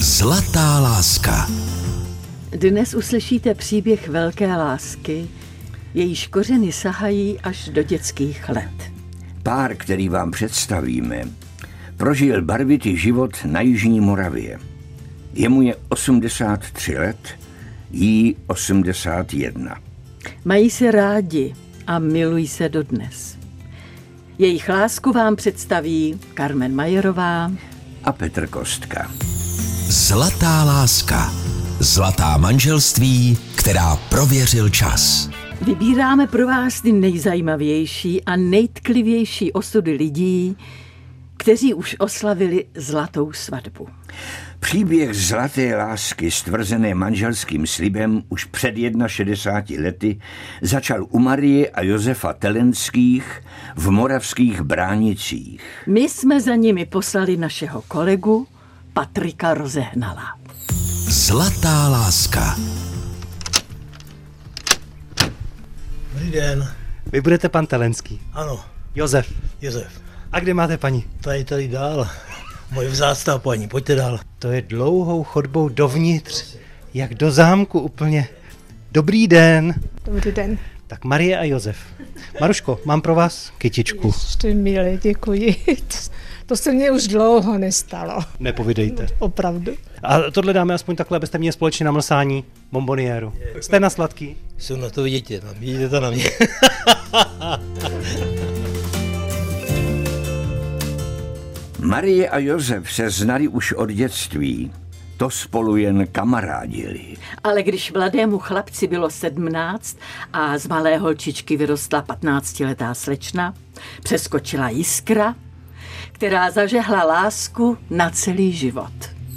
Zlatá láska. Dnes uslyšíte příběh velké lásky, jejíž kořeny sahají až do dětských let. Pár, který vám představíme, prožil barvitý život na Jižní Moravě. Jemu je 83 let, jí 81. Mají se rádi a milují se dodnes. Jejich lásku vám představí Carmen Majerová a Petr Kostka. Zlatá láska. Zlatá manželství, která prověřil čas. Vybíráme pro vás ty nejzajímavější a nejtklivější osudy lidí, kteří už oslavili zlatou svatbu. Příběh zlaté lásky stvrzené manželským slibem už před 61 lety začal u Marie a Josefa Telenských v moravských Bránicích. My jsme za nimi poslali našeho kolegu Patrika Rozehnala. Zlatá láska. Dobrý den. Vy budete pan Telenský. Ano, Josef. Josef. A kde máte paní? Tady dál. Moje vzácná paní, pojďte dál. To je dlouhou chodbou dovnitř, jak do zámku úplně. Dobrý den. Dobrý den. Tak Marie a Josef. Maruško, mám pro vás kytičku. Ještě milé, děkuji. To se mně už dlouho nestalo. Nepovídejte. Opravdu. A tohle dáme aspoň takhle, abyste měli společně na mlsání bomboniéru. Jste na sladký? Jsou na to vidíte to na mě. Marie a Josef se znali už od dětství. To spolu jen kamarádili. Ale když mladému chlapci bylo 17 a z malé holčičky vyrostla 15letá slečna, přeskočila jiskra, která zažehla lásku na celý život.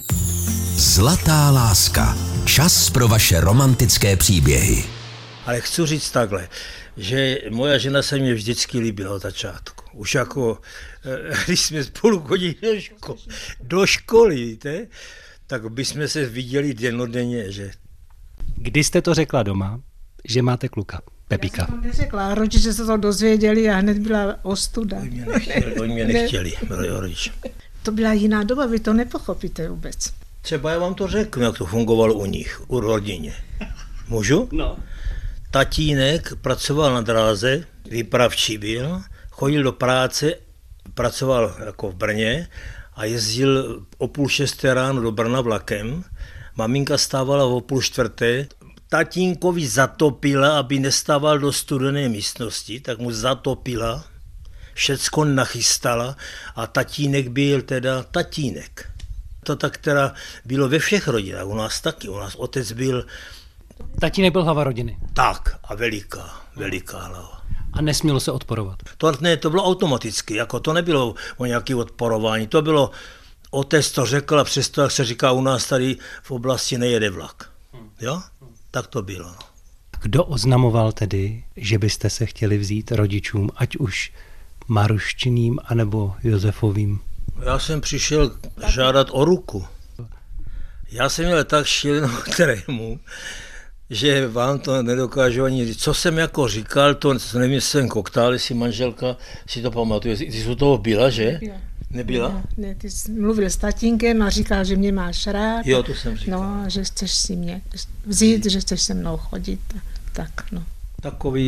Zlatá láska. Čas pro vaše romantické příběhy. Ale chci říct takhle, že moja žena se mě vždycky líbila od začátku. Už jako, když jsme spolu chodili do školy, víte, tak bychom se viděli dennodenně, že... Kdy jste to řekla doma, že máte kluka, Pepíka? Já jsem to neřekla, rodiče se to dozvěděli a hned byla ostuda. Oni mě nechtěli, byli rodiče. To byla jiná doba, vy to nepochopíte vůbec. Třeba já vám to řeknu, jak to fungovalo u nich, u rodině. Můžu? No. Tatínek pracoval na dráze, výpravčí byl, chodil do práce, pracoval jako v Brně a jezdil o 5:30 ráno do Brna vlakem. Maminka stávala o 3:30. Tatínkovi zatopila, aby nestával do studené místnosti, tak mu zatopila, všecko nachystala a tatínek byl teda tatínek. To tak teda bylo ve všech rodinách, u nás taky, u nás otec byl... Tatínek byl hlava rodiny. Tak a veliká hlava. A nesmělo se odporovat. To bylo automaticky, jako to nebylo o nějaké odporování, to bylo, otec to řekl a přesto, jak se říká u nás tady v oblasti, nejede vlak. Jo? Tak to bylo. No. Kdo oznamoval tedy, že byste se chtěli vzít rodičům, ať už Maruščiným, anebo Josefovým? Já jsem přišel žádat o ruku. Já jsem měl tak šílenou trému, že vám to nedokážu ani říct. Co jsem jako říkal, to nevím, jsem koktál, jestli manželka si to pamatuje. Ty jsi u toho byla, že? Nebyla? Ne, ty jsi mluvil s tatínkem a říkal, že mě máš rád. Jo, to jsem říkal. No, že chceš si mě vzít, že chceš se mnou chodit. Tak, no. Takový...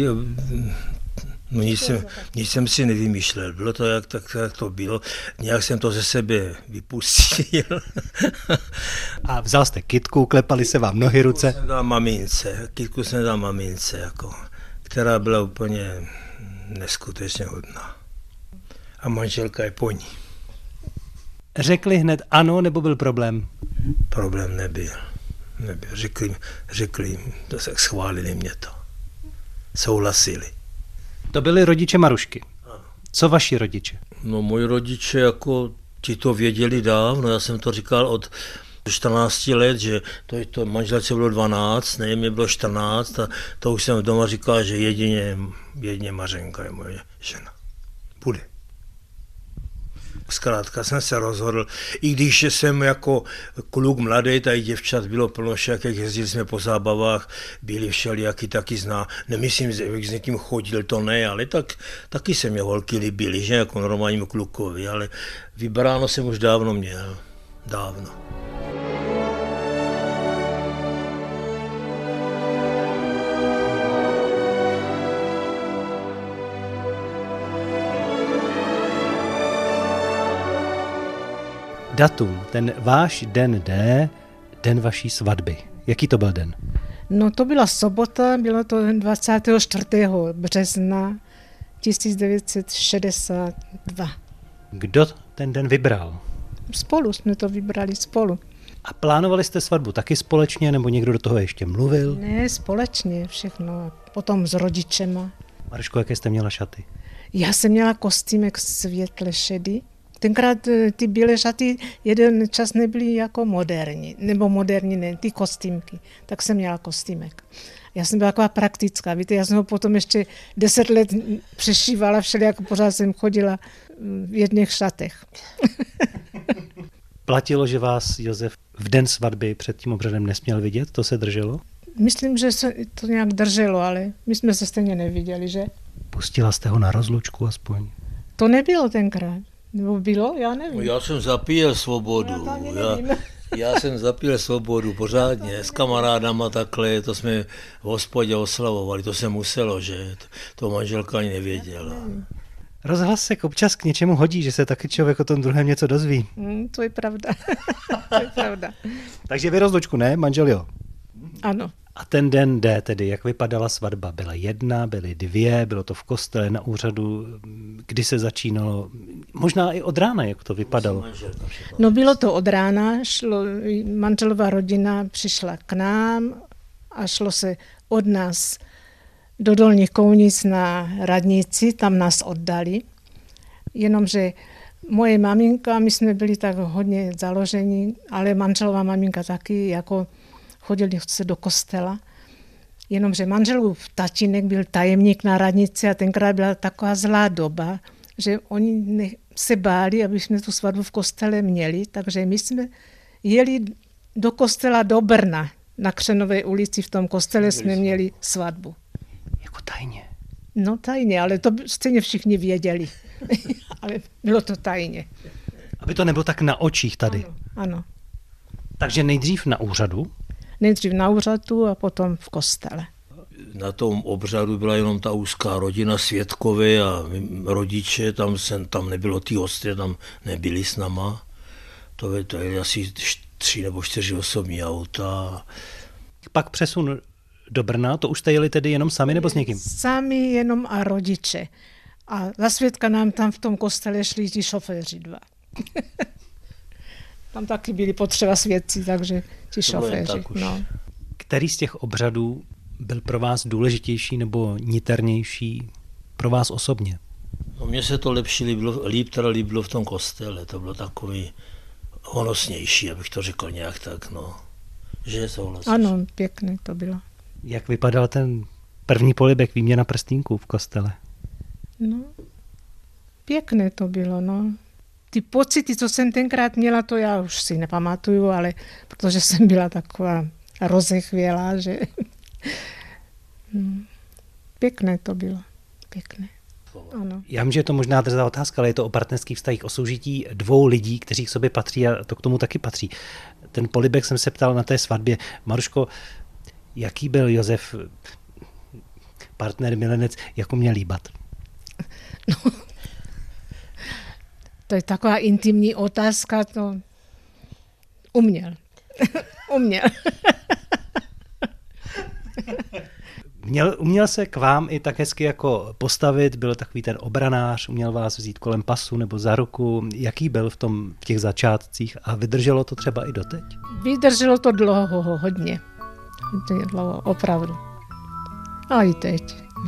No nic jsem si nevymýšlel, bylo to jak to bylo, nějak jsem to ze sebe vypustil. A vzal jste kytku, klepali se vám nohy, ruce? Kytku jsem dal mamince, jako, která byla úplně neskutečně hodná. A manželka je po ní. Řekli hned ano, nebo byl problém? Problém nebyl. Řekli, to se schválili mě to. Souhlasili. To byli rodiče Marušky. Co vaši rodiče? No moji rodiče, jako ti to věděli dávno, já jsem to říkal od 14 let, že to manželce bylo 12, ne, mě bylo 14 a to už jsem doma říkal, že jedině Mařenka je moje žena. Bude. Zkrátka jsem se rozhodl, i když jsem jako kluk mladý, tady děvčat bylo plno všakých, jezdili jsme po zábavách, byli všelijaký taky nemyslím, že s někým chodil, to ne, ale taky se mě holky líbily, že jako normálnímu klukovi, ale vybráno jsem už dávno měl, dávno. datum, ten váš den D, den vaší svatby. Jaký to byl den? No to byla sobota, bylo to 24. března 1962. Kdo ten den vybral? Spolu jsme to vybrali, spolu. A plánovali jste svatbu taky společně, nebo někdo do toho ještě mluvil? Ne, společně všechno. Potom s rodičema. Maruško, jaké jste měla šaty? Já jsem měla kostýmek světle šedý. Tenkrát ty bílé šaty jeden čas nebyly jako moderní, nebo moderní ne, ty kostýmky. Tak jsem měla kostýmek. Já jsem byla taková praktická, víte, já jsem ho potom ještě 10 let přešívala všelijako, pořád jsem chodila v jedných šatech. Platilo, že vás Josef v den svatby před tím obřadem nesměl vidět? To se drželo? Myslím, že se to nějak drželo, ale my jsme se stejně neviděli, že? Pustila jste ho na rozlučku aspoň? To nebylo tenkrát. Nebo bylo? Já nevím. Já jsem zapíjel svobodu. Já jsem zapíjel svobodu pořádně. S kamarádama takhle, to jsme v hospodě oslavovali. To se muselo, že? To manželka ani nevěděla. Rozhlas se občas k něčemu hodí, že se taky člověk o tom druhém něco dozví. To je pravda. To je pravda. Takže vy rozlučku, ne? Manžel jo? Ano. A ten den D tedy, jak vypadala svatba? Byla jedna, byly dvě, bylo to v kostele, na úřadu, kdy se začínalo? Možná i od rána, jak to vypadalo? No bylo to od rána, manželová rodina přišla k nám a šlo se od nás do Dolních Kounic na radnici, tam nás oddali. Jenomže moje maminka, my jsme byli tak hodně založeni, ale manželová maminka taky, jako chodili se do kostela. Jenomže manželův tatínek byl tajemník na radnici a tenkrát byla taková zlá doba, že oni se báli, aby jsme tu svatbu v kostele měli, takže my jsme jeli do kostela do Brna. Na Křenové ulici v tom kostele jsme měli svatbu. Jako tajně? No tajně, ale to stejně všichni věděli. Ale bylo to tajně. Aby to nebylo tak na očích tady. Ano. Takže nejdřív na úřadu? Nejdřív na úřadu a potom v kostele. Na tom obřadu byla jenom ta úzká rodina, svědkové a rodiče, tam nebylo ty hosty, tam nebyli s náma. To je asi 3 nebo 4 osobní auta. Pak přesun do Brna, to už jste jeli tedy jenom sami nebo s někým? Sami jenom a rodiče. A za svědka nám tam v tom kostele šli ti šoféři 2. Tam taky byli potřeba svědci, takže ti šoféři. No. Který z těch obřadů byl pro vás důležitější nebo niternější pro vás osobně? No, mně se to líbilo v tom kostele, to bylo takový honosnější, abych to řekl nějak tak, no. Že souhlasíš. Ano, pěkné to bylo. Jak vypadal ten první polibek, výměna prstýnků v kostele? No, pěkné to bylo, no. Ty pocity, co jsem tenkrát měla, to já už si nepamatuju, ale protože jsem byla taková rozechvělá, že pěkné to bylo, pěkné. Ano. Já vím, že je to možná drzá otázka, ale je to o partnerských vztazích, o soužití 2 lidí, kteří k sobě patří a to k tomu taky patří. Ten polibek jsem se ptal na té svatbě. Maruško, jaký byl Josef partner, milenec, jako měl líbat? No, to je taková intimní otázka, to uměl. Uměl. Uměl se k vám i tak hezky jako postavit, byl takový ten obranář, uměl vás vzít kolem pasu nebo za ruku. Jaký byl v těch začátcích a vydrželo to třeba i doteď? Vydrželo to dlouho, hodně. Hodně dlouho, opravdu. A i teď.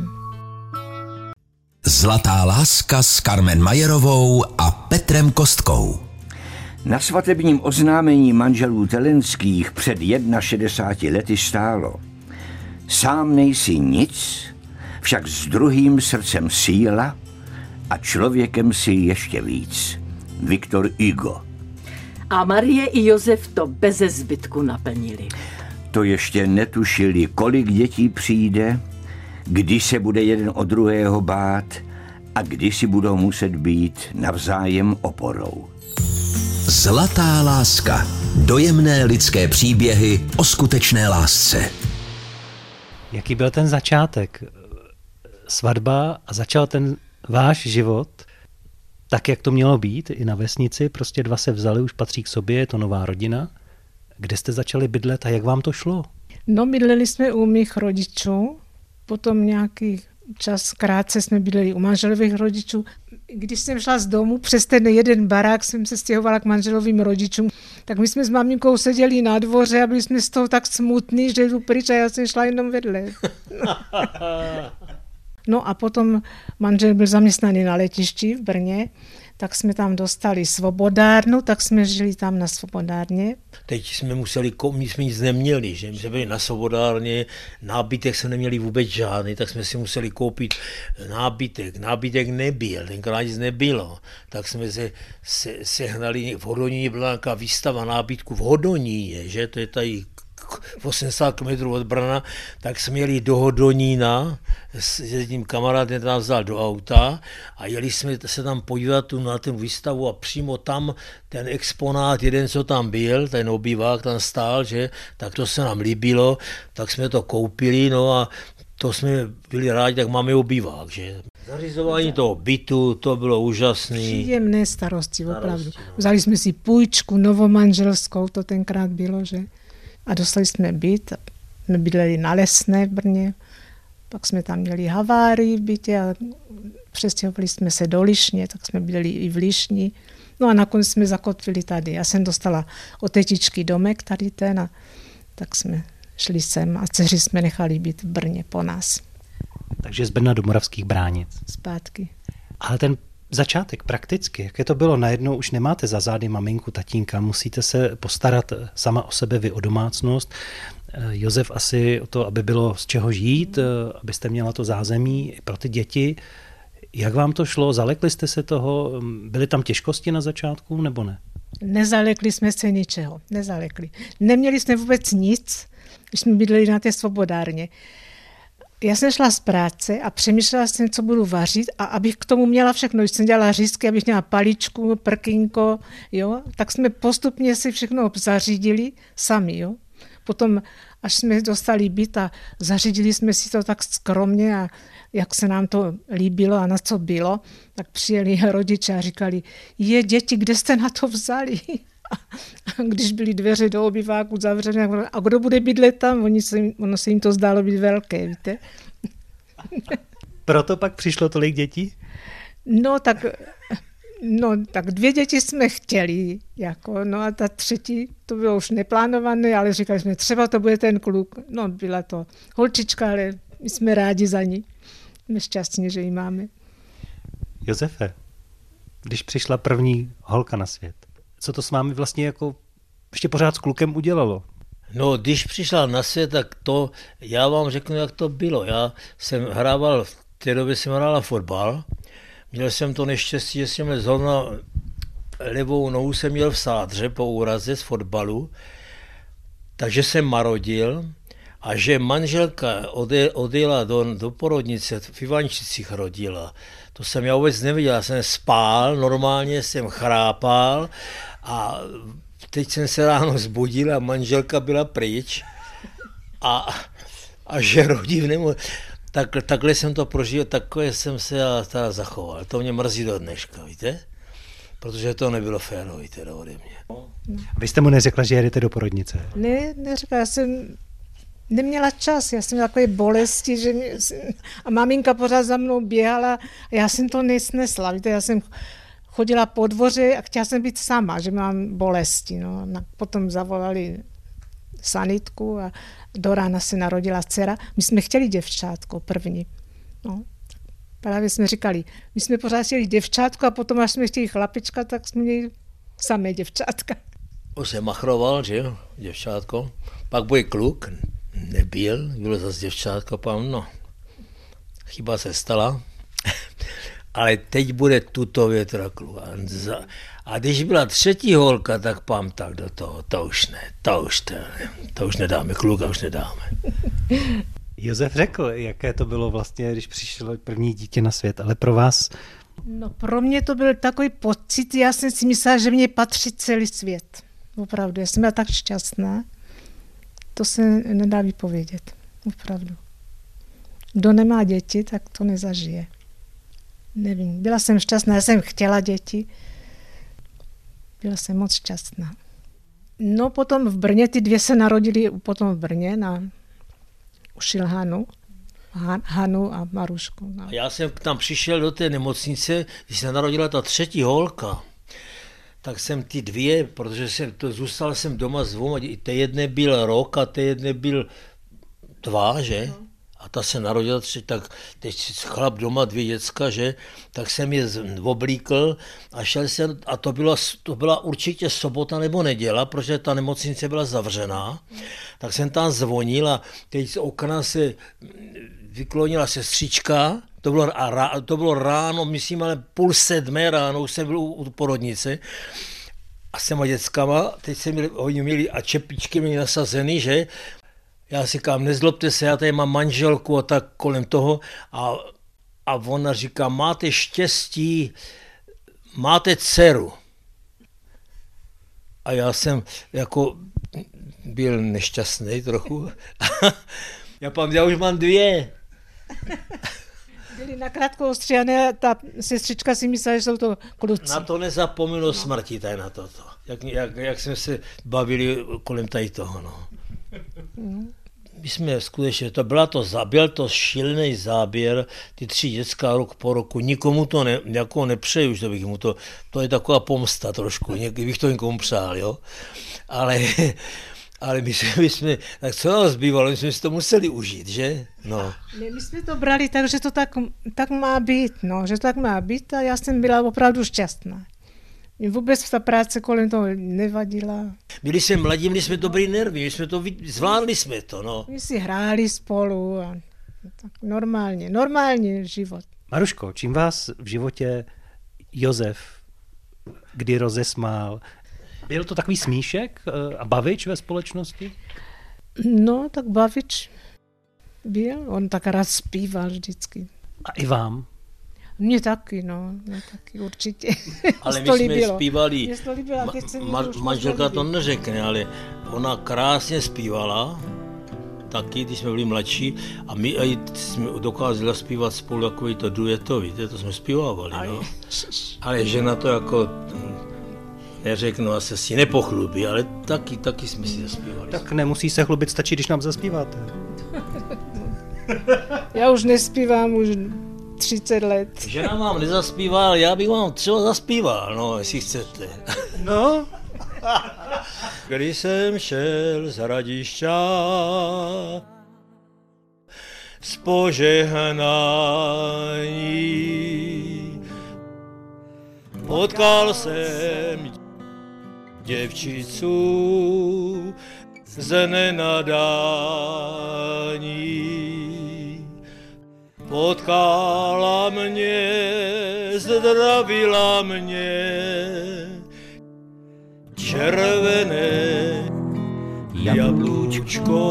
Zlatá láska s Carmen Majerovou a Petrem Kostkou. Na svatebním oznámení manželů Telenských před 61 lety stálo: sám nejsi nic, však s druhým srdcem síla a člověkem si ještě víc. Viktor Hugo. A Marie i Josef to beze zbytku naplnili. To ještě netušili, kolik dětí přijde, kdy se bude jeden o druhého bát a kdy si budou muset být navzájem oporou. Zlatá láska. Dojemné lidské příběhy o skutečné lásce. Jaký byl ten začátek? Svatba a začal ten váš život tak, jak to mělo být i na vesnici, prostě dva se vzali, už patří k sobě, je to nová rodina. Kde jste začali bydlet a jak vám to šlo? No, bydleli jsme u mých rodičů, potom nějaký čas krátce jsme bydleli u manželových rodičů. Když jsem šla z domu, přes ten jeden barák jsem se stěhovala k manželovým rodičům, tak my jsme s maminkou seděli na dvoře a byli jsme z toho tak smutní, že jdu pryč a já jsem šla jenom vedle. No a potom manžel byl zaměstnaný na letišti v Brně, tak jsme tam dostali svobodárnu, tak jsme žili tam na svobodárně. Teď jsme museli, my jsme nic neměli, že? My jsme byli na svobodárně, nábytek jsme neměli vůbec žádný, tak jsme si museli koupit nábytek. Nábytek nebyl, tenkrát nic nebylo. Tak jsme se sehnali, v Hodoníně byla nějaká výstava nábytku v Hodoníně, že? To je tady 80 km od Brna, tak jsme jeli do Hodonína s jedním kamarádem, nás vzal do auta a jeli jsme se tam podívat na ten výstavu a přímo tam ten exponát, jeden, co tam byl, ten obývák tam stál, že, tak to se nám líbilo, tak jsme to koupili, no a to jsme byli rádi, tak máme obývák, že. Zařizování toho bytu, to bylo úžasné. Příjemné starosti, opravdu. No. Vzali jsme si půjčku novomanželskou, to tenkrát bylo, že. A dostali jsme byt, jsme bydleli na Lesné v Brně, pak jsme tam měli havárii v bytě a přestěhovali jsme se do Lišně, tak jsme bydleli i v Lišni. No a nakonec jsme zakotvili tady. Já jsem dostala od tetičky domek tady ten a tak jsme šli sem a dceři jsme nechali být v Brně po nás. Takže z Brna do Moravských Bránic. Zpátky. Ale ten začátek prakticky, jaké to bylo, najednou už nemáte za zády maminku, tatínka, musíte se postarat sama o sebe, vy o domácnost. Josef asi o to, aby bylo z čeho žít, abyste měla to zázemí pro ty děti. Jak vám to šlo? Zalekli jste se toho? Byly tam těžkosti na začátku nebo ne? Nezalekli jsme se ničeho, nezalekli. Neměli jsme vůbec nic, když jsme bydleli na té svobodárně. Já jsem šla z práce a přemýšlela jsem, co budu vařit a abych k tomu měla všechno. Když jsem dělala řízky, abych měla paličku, prkínko, jo, tak jsme postupně si všechno zařídili sami. Jo. Potom, až jsme dostali byt a zařídili jsme si to tak skromně a jak se nám to líbilo a na co bylo, tak přijeli rodiče a říkali, děti, kde jste na to vzali? A když byly dveře do obýváku zavřené, a kdo bude bydlet tam? Ono se jim to zdálo být velké, víte? Proto pak přišlo tolik dětí? No tak 2 děti jsme chtěli, jako, no a ta třetí, to bylo už neplánované, ale říkali jsme, třeba to bude ten kluk. No, byla to holčička, ale my jsme rádi za ní. Jsme šťastní, že ji máme. Josefe, když přišla první holka na svět, co to s vámi vlastně jako ještě pořád s klukem udělalo? No, když přišla na svět, tak to, já vám řeknu, jak to bylo. Já jsem hrával, v té době jsem hrál fotbal, měl jsem to neštěstí, že jsem měl zrovna levou nohu jsem měl v sádře po úraze z fotbalu, takže jsem marodil a že manželka odjela do porodnice, v Ivančicích rodila. To jsem já vůbec neviděl, já jsem spál, normálně jsem chrápal a teď jsem se ráno zbudil a manželka byla pryč a že rodím nemohl. Takhle jsem to prožil, takové jsem se teda zachoval. To mě mrzí do dneška, víte? Protože to nebylo férový teda ode mě. Vy jste mu neřekla, že jedete do porodnice? Ne, neřekla, já jsem neměla čas, já jsem měla takové bolesti, že a maminka pořád za mnou běhala a já jsem to nesnesla, víte, já jsem chodila po dvoře a chtěla jsem být sama, že mám bolesti, no. Potom zavolali sanitku a do rána se narodila dcera. My jsme chtěli děvčátko první, no. Právě jsme říkali, my jsme pořád chtěli děvčátko a potom, až jsme chtěli chlapička, tak jsme měli samé děvčátka. Už jsem machroval, že jo, děvčátko. Pak bude kluk, nebyl, bylo zase děvčátko, pám, no, chyba se stala. Ale teď bude tutově teda kluk. A když byla třetí holka, tak pám tak do toho, to už nedáme, kluka už nedáme. Josef řekl, jaké to bylo vlastně, když přišlo první dítě na svět, ale pro vás? No pro mě to byl takový pocit, já jsem si myslela, že mě patří celý svět. Opravdu, já jsem byla tak šťastná. To se nedá vypovědět, opravdu. Kdo nemá děti, tak to nezažije. Nevím, byla jsem šťastná, já jsem chtěla děti. Byla jsem moc šťastná. No potom v Brně, ty dvě se narodily potom v Brně u Šilhanu. Hanu a Marušku. No. Já jsem tam přišel do té nemocnice, když se narodila ta třetí holka, tak jsem ty dvě, protože zůstal jsem doma s dvoma, té jedné byl rok a té jedné byl 2, že? A ta se narodila třetí, tak teď chlap doma, 2 děcka, že? Tak jsem je oblíkl a šel jsem, a to byla určitě sobota nebo neděla, protože ta nemocnice byla zavřená. Tak jsem tam zvonil a teď z okna se vyklonila sestřička, to bylo ráno, myslím, ale 6:30 ráno, už jsem byl u porodnice a s těma dětskama, teď oni měli a čepičky měli nasazený, že? Já si říkám, nezlobte se, já tady mám manželku a tak kolem toho a ona říká, máte štěstí, máte dceru. A já jsem jako byl nešťastný trochu. Já už mám 2. Byli nakrátko ostříhané, ta sestřička si myslela, že jsou to kluci. Na to nezapomenu smrti, tady na toto. Jak jsme se bavili kolem tady toho, no. My jsme skutečně, byl to šílený záběr, ty 3 dětská rok po roku, nikomu to nepřeju, že bych mu to je taková pomsta trošku, bych to někomu přál, jo. Ale my jsme, tak co nám zbývalo, my jsme si to museli užít, že? No. My jsme to brali tak, že to tak má být, no, že to tak má být a já jsem byla opravdu šťastná. Mě vůbec ta práce kolem toho nevadila. Byli jsme mladí, měli jsme dobrý nervy, my jsme to zvládli jsme to, no. My si hráli spolu a tak normálně život. Maruško, čím vás v životě Josef kdy rozesmál? Byl to takový smíšek a bavič ve společnosti? No, tak bavič byl. On tak rád zpíval vždycky. A i vám? Mně taky, no. Mně taky určitě. Ale my jsme zpívali, manželka to neřekne, ale ona krásně zpívala, taky, když jsme byli mladší, a my jsme dokázali zpívat spolu takový to duetový, to jsme zpívávali, no. Ale žena to jako neřeknu, asi si nepochlubí, ale taky jsme si zaspívali. Tak nemusí se chlubit, stačí, když nám zaspíváte. Já už nespívám, už 30 let. Žena vám nezaspívá, ale já bych vám třeba zaspíval, no, jestli chcete. No. Když jsem šel z Hradišťa z požehnání, potkal jsem děvčicu z nenadání. Potkala mě, zdravila mě, červené jablůčko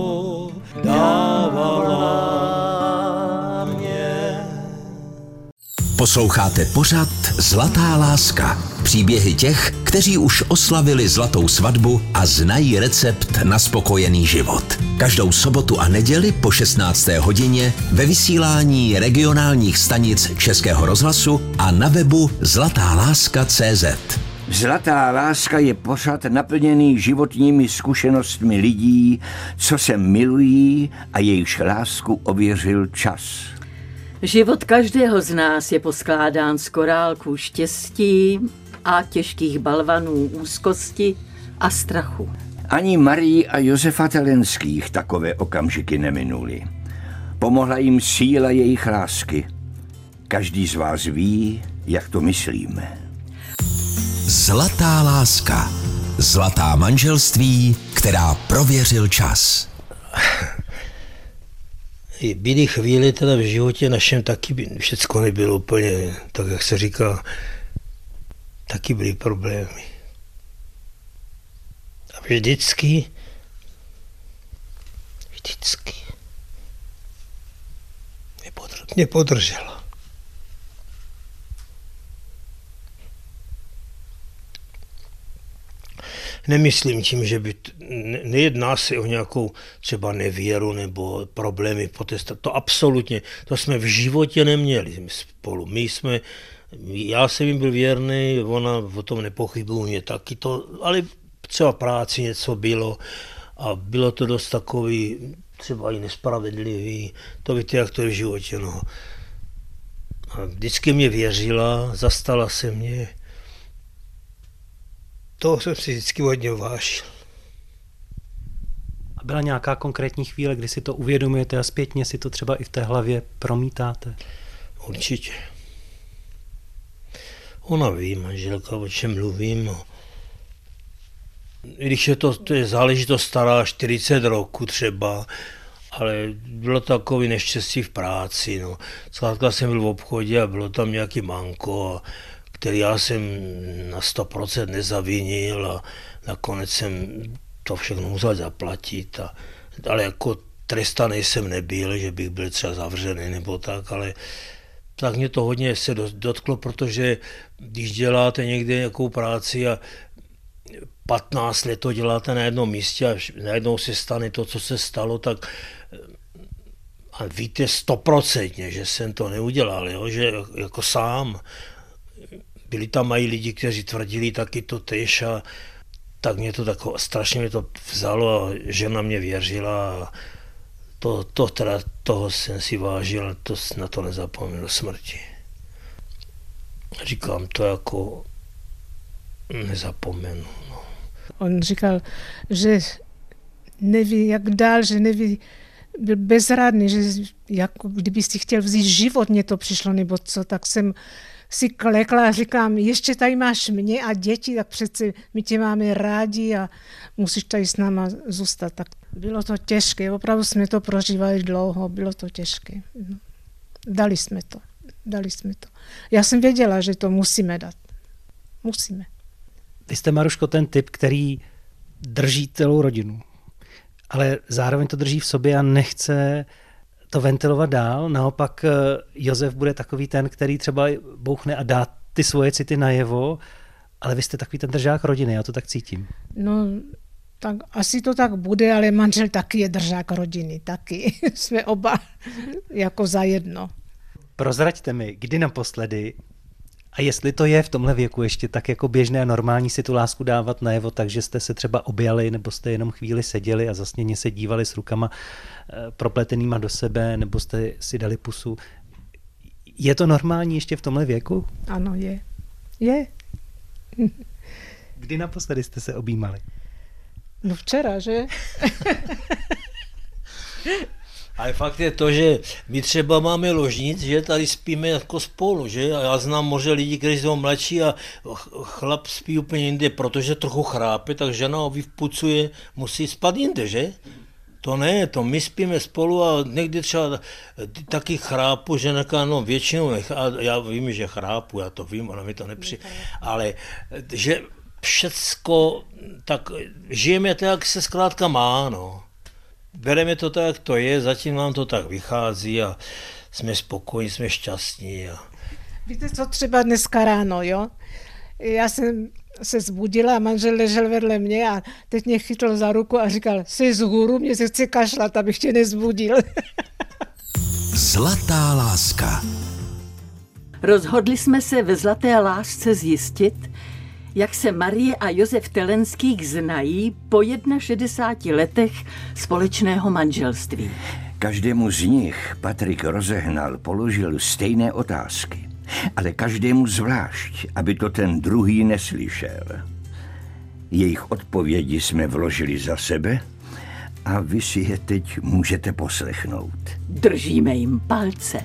dávala mě. Posloucháte pořad Zlatá láska. Příběhy těch, kteří už oslavili zlatou svatbu a znají recept na spokojený život. Každou sobotu a neděli po 16. hodině ve vysílání regionálních stanic Českého rozhlasu a na webu zlatáláska.cz. Zlatá láska je pořad naplněný životními zkušenostmi lidí, co se milují a jejichž lásku ověřil čas. Život každého z nás je poskládán z korálků štěstí a těžkých balvanů úzkosti a strachu. Ani Marii a Josefa Telenských takové okamžiky neminuli. Pomohla jim síla jejich lásky. Každý z vás ví, jak to myslíme. Zlatá láska. Zlatá manželství, která prověřil čas. Byly chvíle teda v životě našem taky, všecko nebylo úplně, tak jak se říká, taky byly problémy. A vždycky mě podržela. Nemyslím tím, že by nejedná se o nějakou třeba nevěru nebo problémy potestat. To absolutně, to jsme v životě neměli spolu. Já jsem jim byl věrný, ona o tom nepochybuji, mě taky to, ale třeba v práci něco bylo a bylo to dost takový, třeba i nespravedlivý, to víte, jak to je v životě, no. A vždycky mě věřila, zastala se mě. To jsem si vždycky hodně vážil. A byla nějaká konkrétní chvíle, kdy si to uvědomujete a zpětně si to třeba i v té hlavě promítáte? Určitě. Ona ví, manželka, o čem mluvím. I když to je záležitost stará 40 roku třeba, ale bylo takový neštěstí v práci. No. Zkrátka jsem byl v obchodě a bylo tam nějaký manko, který já jsem na 100% nezavinil a nakonec jsem to všechno musel zaplatit. Ale jako trestaný jsem nebyl, že bych byl třeba zavřený nebo tak, ale tak mě to hodně se dotklo, protože když děláte někde nějakou práci a 15 let to děláte na jednom místě a najednou se stane to, co se stalo, tak a víte 100%, že jsem to neudělal, jo? Že jako sám. Byli tam mají lidi, kteří tvrdili taky to též a tak mě to strašně mě to vzalo a žena mě věřila a toho jsem si vážil, na to nezapomněl do smrti. Říkám, to jako nezapomenu. No. On říkal, že neví, jak dál, že neví, byl bezradný, že jako kdyby si chtěl vzít život, mně to přišlo, nebo co, tak jsem si klekla a říkám, ještě tady máš mě a děti, tak přece my tě máme rádi a musíš tady s náma zůstat. Tak bylo to těžké, opravdu jsme to prožívali dlouho, bylo to těžké. Dali jsme to. Já jsem věděla, že to musíme dát. Musíme. Vy jste, Maruško, ten typ, který drží celou rodinu, ale zároveň to drží v sobě a nechce to ventilovat dál. Naopak Josef bude takový ten, který třeba bouchne a dá ty svoje city najevo, ale vy jste takový ten držák rodiny, já to tak cítím. No, tak asi to tak bude, ale manžel taky je držák rodiny, taky. Jsme oba jako zajedno. Prozraďte mi, kdy naposledy a jestli to je v tomhle věku ještě tak jako běžné a normální si tu lásku dávat najevo, takže jste se třeba objali nebo jste jenom chvíli seděli a zasněně se dívali s rukama propletenýma do sebe nebo jste si dali pusu. Je to normální ještě v tomhle věku? Ano, je. Kdy naposledy jste se objímali? No včera, že? Ale fakt je to, že my třeba máme ložnic, že tady spíme jako spolu, že? A já znám možná lidi, kteří jsou mladší a chlap spí úplně jinde, protože trochu chrápe, tak žena ho vypucuje, musí spát jinde, že? To ne, to my spíme spolu a někdy třeba taky chrápu, že no většinou já vím, že chrápu, já to vím, ona mi to nepřijde, ale že všecko, tak žijeme tak, jak se zkrátka má, no. Bereme to tak, jak to je, zatím nám to tak vychází a jsme spokojení, jsme šťastní. Víte, co třeba dneska ráno, jo? Já jsem se zbudila a manžel ležel vedle mě a teď mě chytl za ruku a říkal, jsi z hůru, mě se chce kašlat, abych tě nezbudil. Zlatá láska. Rozhodli jsme se ve Zlaté lásce zjistit, jak se Marie a Josef Telenských znají po 61 letech společného manželství. Každému z nich Patrik Rozehnal položil stejné otázky, ale každému zvlášť, aby to ten druhý neslyšel. Jejich odpovědi jsme vložili za sebe a vy si je teď můžete poslechnout. Držíme jim palce.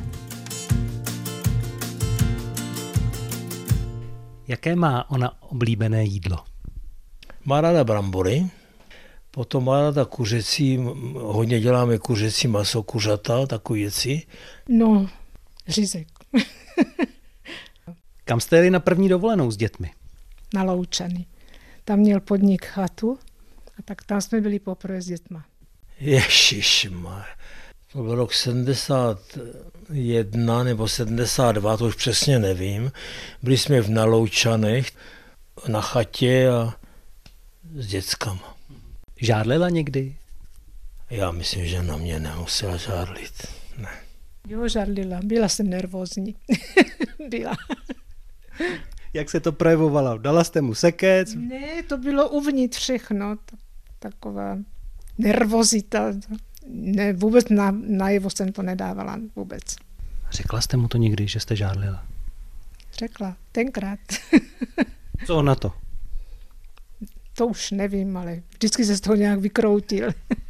Jaké má ona oblíbené jídlo? Má ráda brambory, potom má ráda kuřecí, hodně děláme kuřecí maso, kuřata, takové věci. No, řízek. Kam jste jeli na první dovolenou s dětmi? Na Loučany. Tam měl podnik chatu a tak tam jsme byli poprvé s dětma. Ježišmar. To byl rok 71 nebo 72, to už přesně nevím. Byli jsme v Naloučanech na chatě a s dětskama. Žárlila někdy? Já myslím, že na mě nemusela žárlit. Ne. Jo, žárlila. Byla jsem nervózní. Byla. Jak se to projevovalo? Dala jste mu sekec? Ne, to bylo uvnitř všechno. Taková nervozita. Ne, vůbec najevo jsem to nedávala. Vůbec. Řekla jste mu to někdy, že jste žárlila? Řekla, tenkrát. Co on na to? To už nevím, ale vždycky se z toho nějak vykroutil.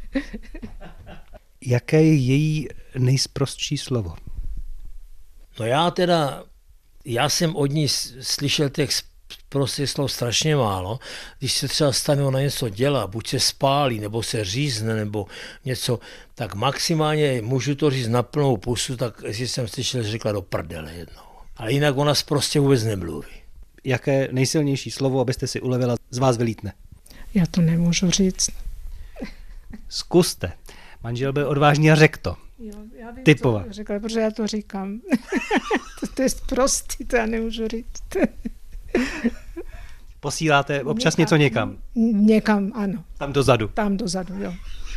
Jaké je její nejsprostší slovo? No já jsem od ní slyšel těch prostých slov strašně málo. Když se třeba stane, ona něco dělá, buď se spálí, nebo se řízne, nebo něco, tak maximálně můžu to říct na plnou pusu, tak jestli jsem slyšel, že řekla do prdele jednou. Ale jinak ona prostě vůbec nemluví. Jaké nejsilnější slovo, abyste si ulevila, z vás vylítne? Já to nemůžu říct. Zkuste. Manžel byl odvážný a řekl to. Jo, já vím, Typova. co řekla, protože já to říkám. to je prostý, to já nemůžu říct. Posíláte občas něco někam? Někam, ano. Tam dozadu? Tam dozadu, jo.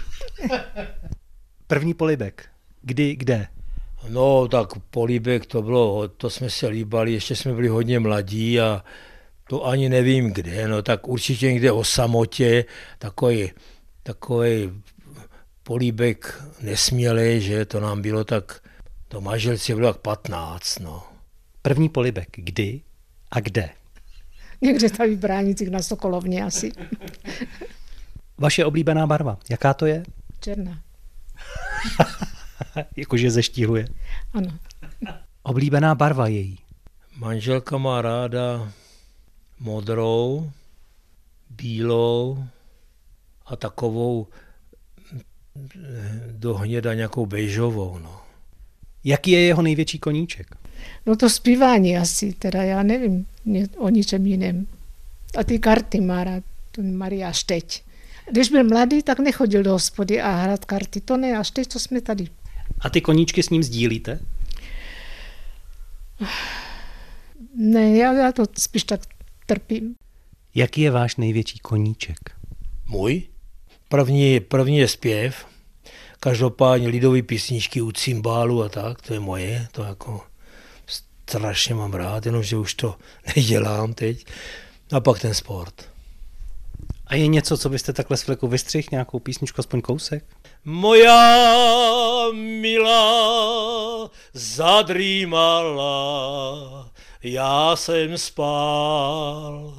První polibek. Kdy, kde? No tak políbek to jsme se líbali, ještě jsme byli hodně mladí a to ani nevím kde, no tak určitě někde o samotě, takový políbek nesmělý, že to nám bylo tak, to manželce bylo tak 15, no. První polibek. Kdy a kde? Někde tady v Bránicích na Sokolovně asi. Vaše oblíbená barva. Jaká to je? Černá. Jakože zeštíhluje. Ano. Oblíbená barva její. Manželka má ráda modrou, bílou a takovou do hněda nějakou bejžovou, no. Jaký je jeho největší koníček? No to zpívání asi, teda já nevím o ničem jiném. A ty karty má rád, to Maria až teď. Když byl mladý, tak nechodil do hospody a hrát karty, to ne, až teď, co jsme tady. A ty koníčky s ním sdílíte? Ne, já to spíš tak trpím. Jaký je váš největší koníček? Můj? První je zpěv, každopádně lidové písničky u cymbálu a tak, to je moje, to jako strašně mám rád, jenomže už to nedělám teď. A pak ten sport. A je něco, co byste takhle z fleku vystřihl, nějakou písničku, aspoň kousek? Moja milá zadrýmala, já jsem spal.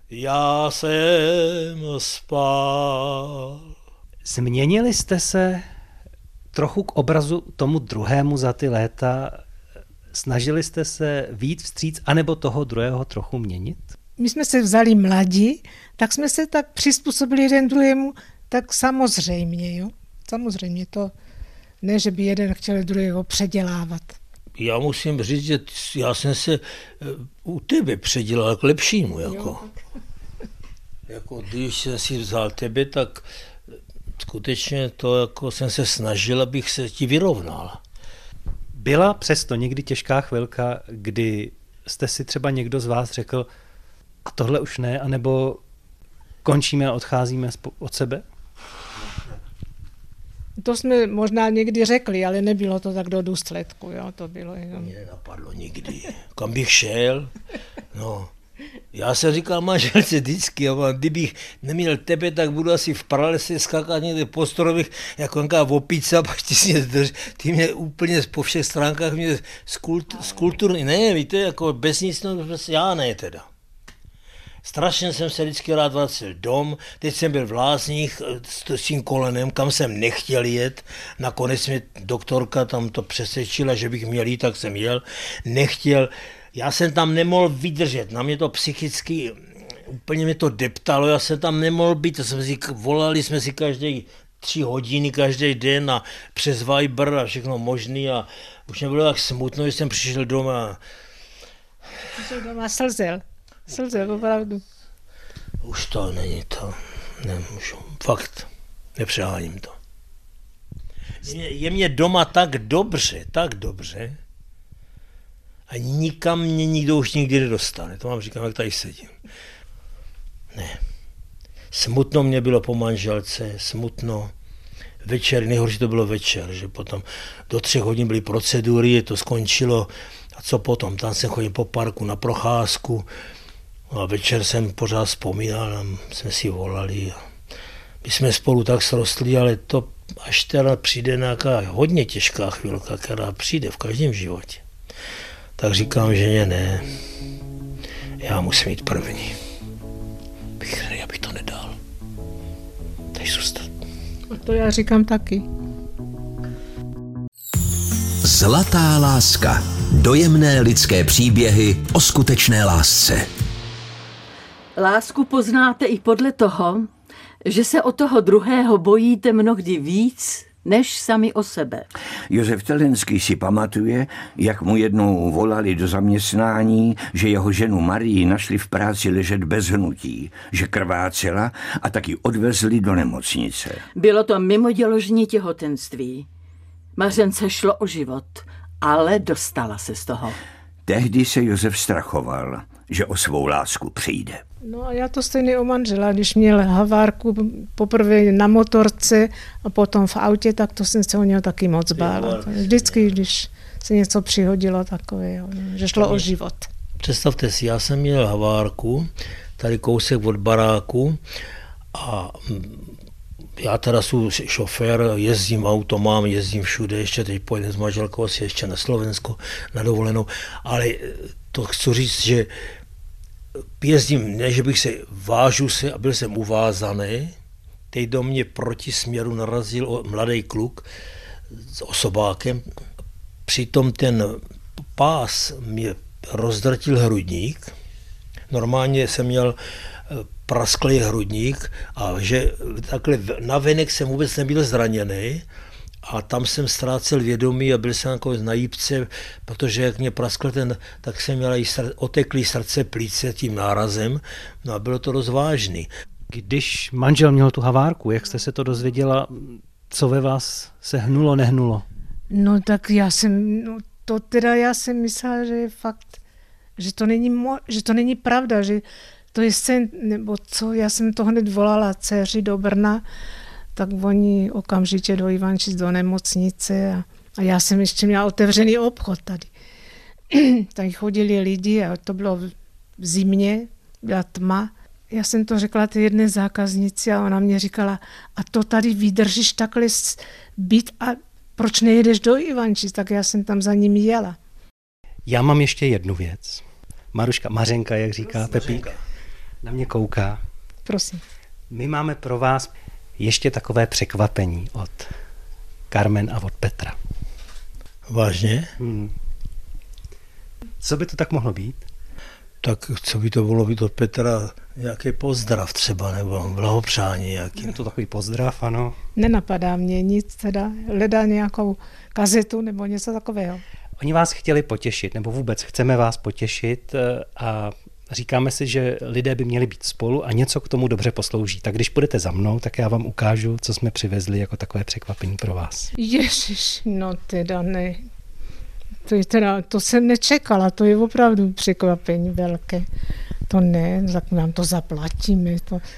Změnili jste se trochu k obrazu tomu druhému za ty léta? Snažili jste se víc vstříc, anebo toho druhého trochu měnit? My jsme se vzali mladí, tak jsme se tak přizpůsobili jeden druhému, tak samozřejmě, jo. Samozřejmě to, ne, že by jeden chtěl druhého předělávat. Já musím říct, že já jsem se u tebe předělal k lepšímu. Jako když jsem si vzal tebe, tak skutečně to jako jsem se snažil, abych se ti vyrovnal. Byla přesto někdy těžká chvilka, kdy jste si třeba někdo z vás řekl, a tohle už ne, anebo končíme a odcházíme od sebe? To jsme možná někdy řekli, ale nebylo to tak do důsledku, jo, to bylo jenom. Mě nenapadlo nikdy. Kam bych šel? No, já jsem říkal manželce vždycky, kdybych neměl tebe, tak budu asi v pralese skákat někde po strovech, jako nějaká opice, a pak ty mě úplně po všech stránkách mě skulturní, ne, víte, jako bez nic, no, já ne teda. Strašně jsem se vždycky rád vracel dom, teď jsem byl v Lázních s tím kolenem, kam jsem nechtěl jet, nakonec mě doktorka tam to přesvědčila, že bych měl jít, tak jsem jel, nechtěl, já jsem tam nemohl vydržet, na mě to psychicky, úplně mě to deptalo, já jsem tam nemohl být, volali jsme si každý 3 hodiny každý den a přes Viber a všechno možný a už mě bylo tak smutno, že jsem přišel doma. Přišel doma slzel, opravdu. Už to není to, nemůžu, fakt, nepřeháním to. Je mě doma tak dobře, a nikam mě nikdo už nikdy nedostane, to vám říkám, jak tady sedím. Ne, Smutno mě bylo po manželce, smutno. Večer, nejhorší to bylo večer, že potom do 3 hodin byly procedury, to skončilo. A co potom? Tam jsem chodil po parku na procházku a večer jsem pořád vzpomínal, a jsme si volali. My jsme spolu tak srostli, ale to až teda přijde nějaká hodně těžká chvilka, která přijde v každém životě. Tak říkám ženě, ne, já musím jít první. Já bych to nedal. Teď zůstat. A to já říkám taky. Zlatá láska. Dojemné lidské příběhy o skutečné lásce. Lásku poznáte i podle toho, že se o toho druhého bojíte mnohdy víc, než sami o sebe. Josef Telenský si pamatuje, jak mu jednou volali do zaměstnání, že jeho ženu Marii našli v práci ležet bez hnutí, že krvácela a taky odvezli do nemocnice. Bylo to mimoděložní těhotenství. Mařence šlo o život, ale dostala se z toho. Tehdy se Josef strachoval, že o svou lásku přijde. No a já to stejně u manžela, když měl havárku poprvé na motorce a potom v autě, tak to jsem se o něho taky moc bála. Vždycky, když se něco přihodilo takového, že šlo o život. Představte si, já jsem měl havárku, tady kousek od baráku a já teda jsem šofér, jezdím automám, jezdím všude, ještě teď pojedem s manželkou asi ještě na Slovensko na dovolenou, ale to chci říct, že jezdím, ne, že bych se vážu se a byl jsem uvázaný, teď do mě proti směru narazil mladý kluk s osobákem, přitom ten pás mě rozdrtil hrudník, normálně jsem měl prasklý hrudník a že takhle navenek jsem vůbec nebyl zraněný a tam jsem ztrácel vědomí a byl jsem jako na jípce, protože jak mě praskl tak jsem měl i oteklý srdce plíce tím nárazem, no a bylo to dost vážný. Když manžel měl tu havárku, jak jste se to dozvěděla, co ve vás se hnulo, nehnulo? No tak já jsem myslela, že je fakt, že to není pravda, že to je sen, nebo co, já jsem to hned volala dceři do Brna, tak oni okamžitě do Ivančic do nemocnice a já jsem ještě měla otevřený obchod tady. Tady chodili lidi a to bylo v zimě, byla tma. Já jsem to řekla té jedné zákaznici a ona mě říkala, a to tady vydržíš takhle být a proč nejedeš do Ivančic, tak já jsem tam za nimi jela. Já mám ještě jednu věc. Mařenka, jak říká Pepík, na mě kouká. Prosím. My máme pro vás ještě takové překvapení od Carmen a od Petra. Vážně? Co by to tak mohlo být? Tak co by to mohlo být od Petra? Nějaký pozdrav třeba, nebo blahopřání nějaký. Je to takový pozdrav, ano. Nenapadá mě nic, teda hledá nějakou kazetu nebo něco takového. Oni vás chtěli potěšit, nebo vůbec chceme vás potěšit a říkáme si, že lidé by měli být spolu a něco k tomu dobře poslouží. Tak když půjdete za mnou, tak já vám ukážu, co jsme přivezli jako takové překvapení pro vás. Ježiš, no teda ne. To jsem nečekala, to je opravdu překvapení velké. To ne, tak nám to zaplatíme.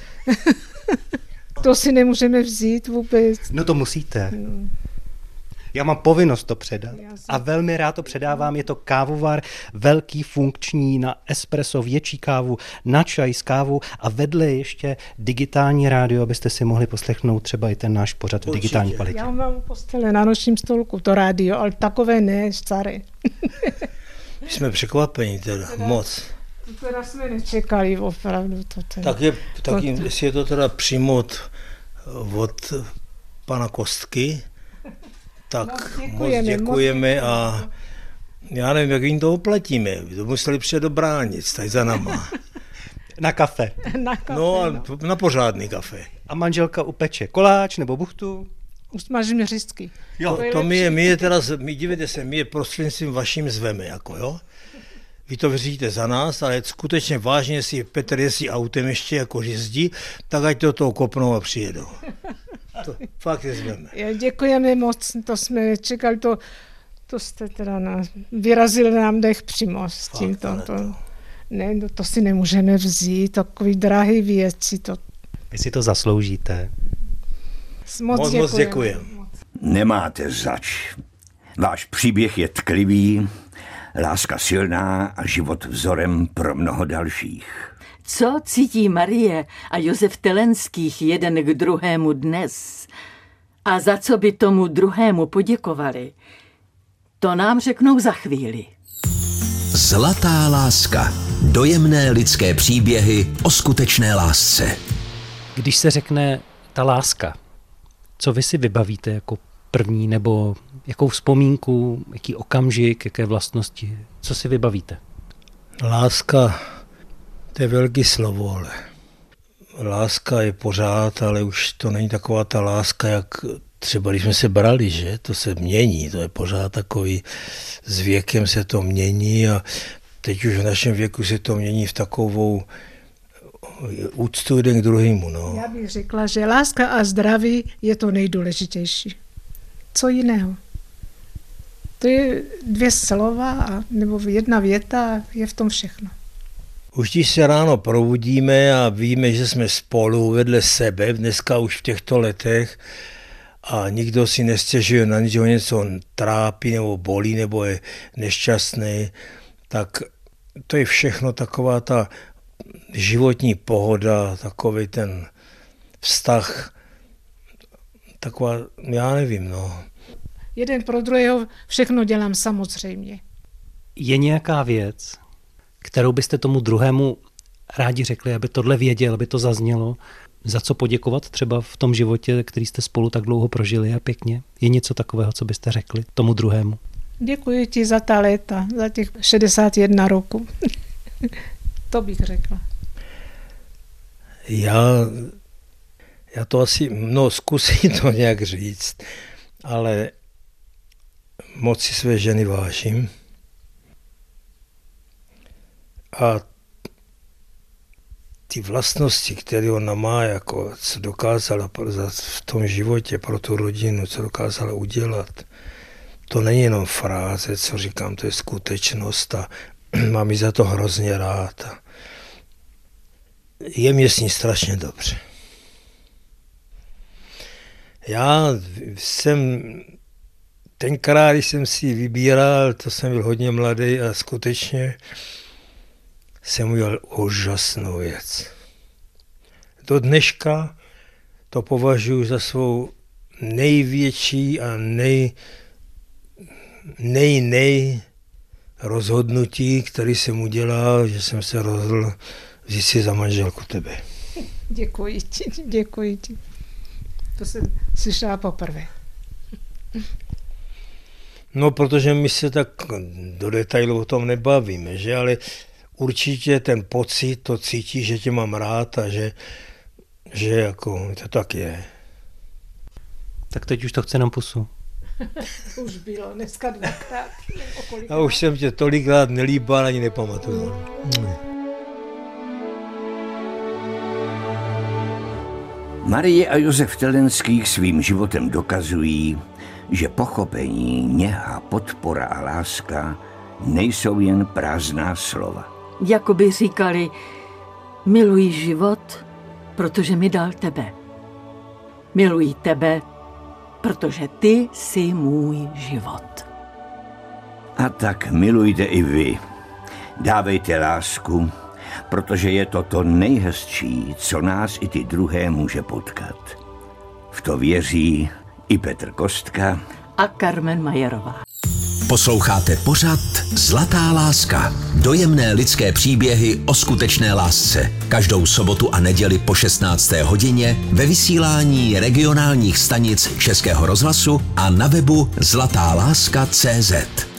To si nemůžeme vzít vůbec. No to musíte. No. Já mám povinnost to předat a velmi rád to předávám. Je to kávovar velký, funkční, na espresso, větší kávu, na čaj s kávou a vedle ještě digitální rádio, abyste si mohli poslechnout třeba i ten náš pořad v digitální kvalitě. Já mám u postele na nočním stolku to rádio, ale takové ne, staré. My jsme překvapení teda moc. To teda jsme nečekali opravdu. Jestli je to teda přímo od pana Kostky, tak moc děkujeme a já nevím, jak jim to oplatíme. To museli přijet do Bránic, tady za náma. Na kafe. No a na pořádný kafe. A manželka upeče koláč nebo buchtu? Usmažíme řistky. Jo, to my je teda, dívejte se, my je prostřednictvím vaším zveme, jako jo. Vy to vyřídíte za nás, ale skutečně vážně, jestli Petr jezdí autem ještě jako jezdí, tak ať do toho kopnou a přijedou. To fakt je zveme. Děkujeme moc, to jsme čekali, to jste teda vyrazili nám dech přímo s tím. To si nemůžeme vzít, takový drahý věci. Vy si to zasloužíte. Moc děkujem. Nemáte zač. Váš příběh je tklivý, láska silná a život vzorem pro mnoho dalších. Co cítí Marie a Josef Telenských jeden k druhému dnes a za co by tomu druhému poděkovali, to nám řeknou za chvíli. Zlatá láska. Dojemné lidské příběhy o skutečné lásce. Když se řekne ta láska, co vy si vybavíte jako první, nebo jakou vzpomínku, jaký okamžik, jaké vlastnosti, co si vybavíte? Láska, to je velký slovo, ale láska je pořád, ale už to není taková ta láska, jak třeba když jsme se brali, že? To se mění, to je pořád takový, s věkem se to mění a teď už v našem věku se to mění v takovou úctu jeden k druhému. No. Já bych řekla, že láska a zdraví je to nejdůležitější. Co jiného? To je 2 slova nebo 1 věta, je v tom všechno. Už když se ráno probudíme a víme, že jsme spolu vedle sebe, dneska už v těchto letech, a nikdo si nestěžuje na nic, že ho něco trápí nebo bolí nebo je nešťastný, tak to je všechno taková ta životní pohoda, takový ten vztah, taková, já nevím, no. Jeden pro druhého všechno dělám samozřejmě. Je nějaká věc, kterou byste tomu druhému rádi řekli, aby tohle věděl, aby to zaznělo, za co poděkovat třeba v tom životě, který jste spolu tak dlouho prožili a pěkně? Je něco takového, co byste řekli tomu druhému? Děkuji ti za ta léta, za těch 61 roku. To bych řekla. Já to asi, zkusím to nějak říct, ale moc si své ženy vážím. A ty vlastnosti, které ona má, jako co dokázala v tom životě pro tu rodinu, co dokázala udělat, to není jenom fráze, co říkám, to je skutečnost a mám ji za to hrozně rád. Je mě s ní strašně dobře. Já jsem tenkrát, když jsem si vybíral, to jsem byl hodně mladý a skutečně jsem udělal úžasnou věc. Do dneška to považuji za svou největší a nej rozhodnutí, který jsem udělal, že jsem se rozhodl vzít si za manželku tebe. Děkuji ti. To jsem slyšela poprvé. No, protože my se tak do detailu o tom nebavíme, že? Ale určitě ten pocit, to cítí, že tě mám rád a že jako to tak je. Tak teď už to chce nám pusu. Už bylo, dneska 2krát. A už jsem tě tolikrát nelíbal, ani nepamatuju. Marie a Josef Telenských svým životem dokazují, že pochopení, něha, podpora a láska nejsou jen prázdná slova. Jakoby říkali, miluji život, protože mi dal tebe. Miluji tebe, protože ty jsi můj život. A tak milujte i vy. Dávejte lásku, protože je to nejhezčí, co nás i ty druhé může potkat. V to věří i Petr Kostka a Carmen Majerová. Posloucháte pořad Zlatá láska. Dojemné lidské příběhy o skutečné lásce. Každou sobotu a neděli po 16. hodině ve vysílání regionálních stanic Českého rozhlasu a na webu zlatáláska.cz.